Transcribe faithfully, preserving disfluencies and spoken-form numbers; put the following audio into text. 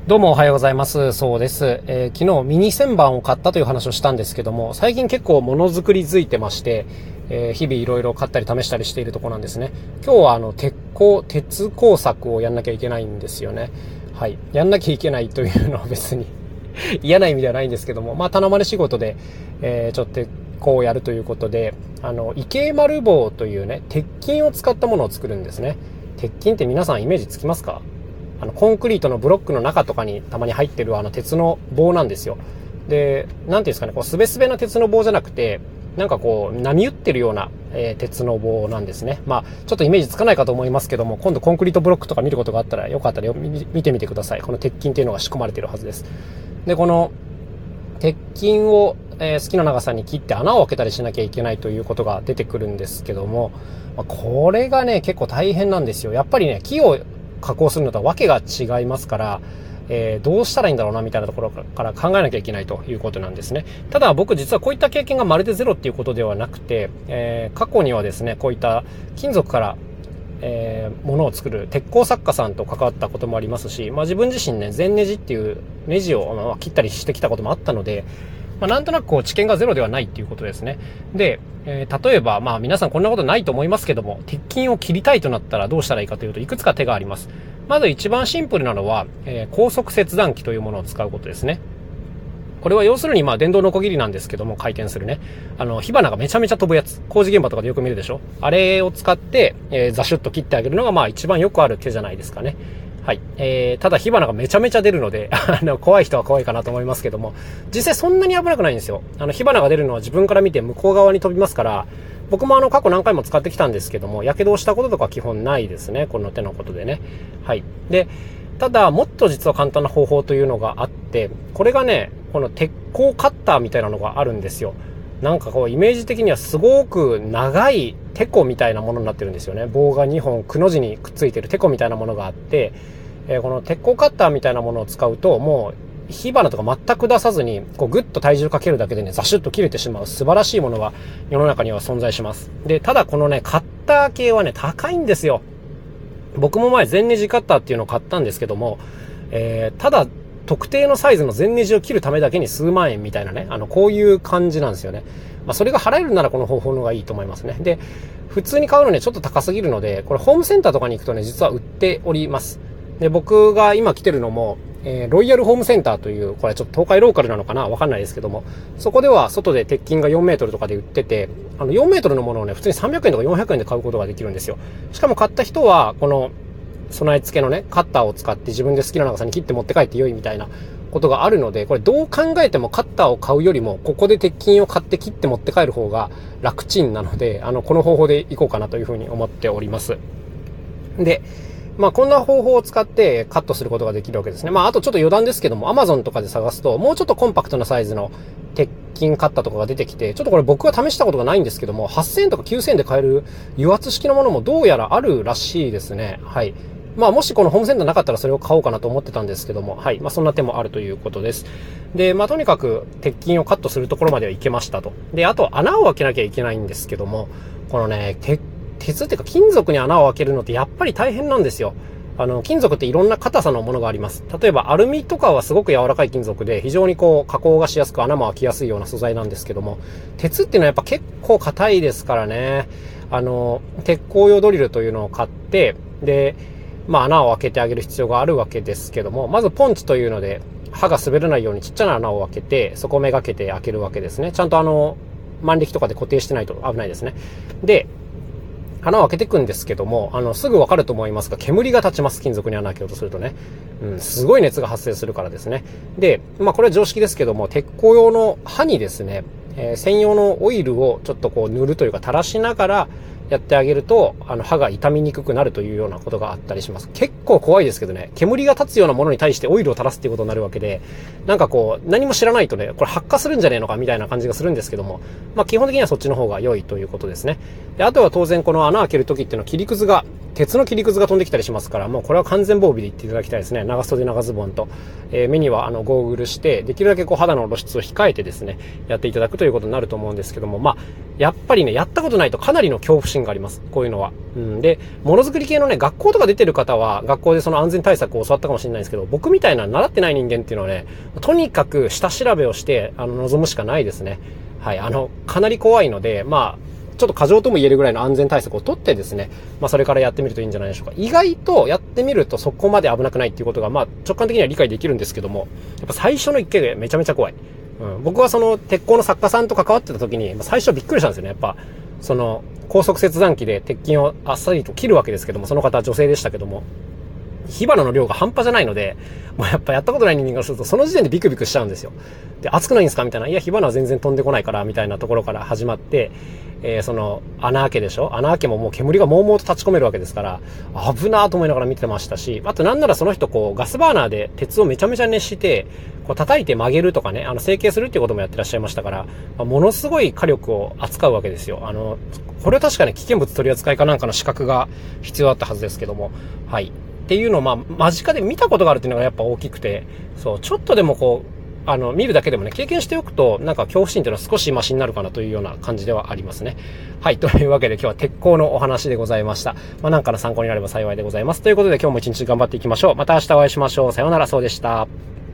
どうもおはようございます。そうです。えー、昨日ミニ旋盤を買ったという話をしたんですけども、最近結構ものづくりづいてまして、えー、日々いろいろ買ったり試したりしているところなんですね。今日はあの鉄工、鉄工作をやんなきゃいけないんですよね。はい。やんなきゃいけないというのは別に嫌な意味ではないんですけども、まあ頼まれ仕事で、えー、ちょっと鉄工をやるということで、あの、池ケ丸棒というね、鉄筋を使ったものを作るんですね。鉄筋って皆さんイメージつきますか？あのコンクリートのブロックの中とかにたまに入ってるあの鉄の棒なんですよ。で、なんていうんですかね、こうすべすべな鉄の棒じゃなくて、なんかこう波打ってるような、えー、鉄の棒なんですね。まあちょっとイメージつかないかと思いますけども、今度コンクリートブロックとか見ることがあったらよかったら見てみてください。この鉄筋っていうのが仕込まれているはずです。で、この鉄筋を、えー、好きな長さに切って穴を開けたりしなきゃいけないということが出てくるんですけども、まあ、これがね結構大変なんですよ。やっぱりね木を加工するのとはわけが違いますから、えー、どうしたらいいんだろうなみたいなところから考えなきゃいけないということなんですね。ただ僕実はこういった経験がまるでゼロっていうことではなくて、えー、過去にはですねこういった金属から、えー、ものを作る鉄工作家さんと関わったこともありますし、まあ、自分自身ね全ネジっていうネジを、まあ、切ったりしてきたこともあったので、まあ、なんとなくこう知見がゼロではないっていうことですね。で、えー、例えば、まあ皆さんこんなことないと思いますけども、鉄筋を切りたいとなったらどうしたらいいかというと、いくつか手があります。まず一番シンプルなのは、えー、高速切断機というものを使うことですね。これは要するにまあ電動のこぎりなんですけども、回転するね。あの、火花がめちゃめちゃ飛ぶやつ。工事現場とかでよく見るでしょ？あれを使って、えー、ザシュッと切ってあげるのがまあ一番よくある手じゃないですかね。はい。えー、ただ火花がめちゃめちゃ出るので、あの、怖い人は怖いかなと思いますけども、実際そんなに危なくないんですよ。あの、火花が出るのは自分から見て向こう側に飛びますから、僕もあの、過去何回も使ってきたんですけども、火傷をしたこととか基本ないですね。この手のことでね。はい。で、ただ、もっと実は簡単な方法というのがあって、これがね、この鉄鋼カッターみたいなのがあるんですよ。なんかこう、イメージ的にはすごく長いテコみたいなものになってるんですよね。棒がにほん、くの字にくっついてるテコみたいなものがあって、えー、この鉄鋼カッターみたいなものを使うと、もう火花とか全く出さずに、こうグッと体重かけるだけでね、ザシュッと切れてしまう素晴らしいものが世の中には存在します。で、ただこのね、カッター系はね、高いんですよ。僕も前全ネジカッターっていうのを買ったんですけども、えー、ただ特定のサイズの全ネジを切るためだけに数万円みたいなね、あの、こういう感じなんですよね。まあ、それが払えるならこの方法の方がいいと思いますね。で、普通に買うのね、ちょっと高すぎるので、これホームセンターとかに行くとね、実は売っております。で、僕が今来てるのも、えー、ロイヤルホームセンターという、これちょっと東海ローカルなのかなわかんないですけども、そこでは外で鉄筋がよんメートルとかで売ってて、あのよんメートルのものをね、普通にさんびゃくえんとかよんひゃくえんで買うことができるんですよ。しかも買った人は、この、備え付けのね、カッターを使って自分で好きな長さに切って持って帰って良いみたいなことがあるので、これどう考えてもカッターを買うよりも、ここで鉄筋を買って切って持って帰る方が楽ちんなので、あの、この方法でいこうかなというふうに思っております。で、まあこんな方法を使ってカットすることができるわけですね。まああとちょっと余談ですけども、Amazon とかで探すと、もうちょっとコンパクトなサイズの鉄筋カッターとかが出てきて、ちょっとこれ僕は試したことがないんですけども、はっせんえんとかきゅうせんえんで買える油圧式のものもどうやらあるらしいですね。はい。まあもしこのホームセンターなかったらそれを買おうかなと思ってたんですけども、はい。まあそんな手もあるということです。で、まあとにかく鉄筋をカットするところまではいけましたと。で、あと穴を開けなきゃいけないんですけども、このね、鉄、鉄っていうか金属に穴を開けるのってやっぱり大変なんですよ。あの、金属っていろんな硬さのものがあります。例えばアルミとかはすごく柔らかい金属で非常にこう加工がしやすく穴も開きやすいような素材なんですけども、鉄っていうのはやっぱ結構硬いですからね。あの、鉄鋼用ドリルというのを買って、で、まあ穴を開けてあげる必要があるわけですけども、まずポンチというので刃が滑らないようにちっちゃな穴を開けて、そこをめがけて開けるわけですね。ちゃんとあの、万力とかで固定してないと危ないですね。で、穴を開けていくんですけども、あの、すぐわかると思いますが、煙が立ちます。金属に穴を開けようとするとね。うん、すごい熱が発生するからですね。で、まあこれは常識ですけども、鉄鋼用の刃にですね、えー、専用のオイルをちょっとこう塗るというか垂らしながらやってあげると、あの刃が傷みにくくなるというようなことがあったりします。結構怖いですけどね、煙が立つようなものに対してオイルを垂らすっていうことになるわけで、なんかこう、何も知らないとね、これ発火するんじゃねえのかみたいな感じがするんですけども、まあ基本的にはそっちの方が良いということですね。で、あとは当然この穴を開けるときっていうのは切りくずが鉄の切りくずが飛んできたりしますから、もうこれは完全防備でいっていただきたいですね。長袖長ズボンと、えー、目にはあのゴーグルして、できるだけこう肌の露出を控えてですね、やっていただくということになると思うんですけども、まあ、やっぱりね、やったことないとかなりの恐怖心があります。こういうのは。うん。で、ものづくり系のね、学校とか出てる方は、学校でその安全対策を教わったかもしれないんですけど、僕みたいな習ってない人間っていうのはね、とにかく下調べをして、あの、望むしかないですね。はい。あの、かなり怖いので、まあ、ちょっと過剰とも言えるぐらいの安全対策を取ってですね、まあそれからやってみるといいんじゃないでしょうか。意外とやってみるとそこまで危なくないっていうことが、まあ直感的には理解できるんですけども、やっぱ最初の一回がめちゃめちゃ怖い。うん、僕はその鉄鋼の作家さんと関わってた時に、最初びっくりしたんですよね。やっぱ、その、高速切断機で鉄筋をあっさりと切るわけですけども、その方は女性でしたけども、火花の量が半端じゃないので、もうやっぱやったことない人間からすると、その時点でビクビクしちゃうんですよ。で、熱くないんですかみたいな。いや、火花は全然飛んでこないから、みたいなところから始まって、えー、その、穴開けでしょ穴開けももう煙がもうもうと立ち込めるわけですから、危なーと思いながら見てましたし、あとなんならその人こう、ガスバーナーで鉄をめちゃめちゃ熱して、こう叩いて曲げるとかね、あの、成形するっていうこともやってらっしゃいましたから、まあ、ものすごい火力を扱うわけですよ。あの、これは確かに危険物取り扱いかなんかの資格が必要だったはずですけども、はい。っていうのをまあ、間近で見たことがあるっていうのがやっぱ大きくて、そう、ちょっとでもこう、あの、見るだけでもね、経験しておくと、なんか恐怖心っていうのは少しマシになるかなというような感じではありますね。はい、というわけで今日は鉄鋼のお話でございました。まあ、なんかの参考になれば幸いでございます。ということで今日も一日頑張っていきましょう。また明日お会いしましょう。さようなら、そうでした。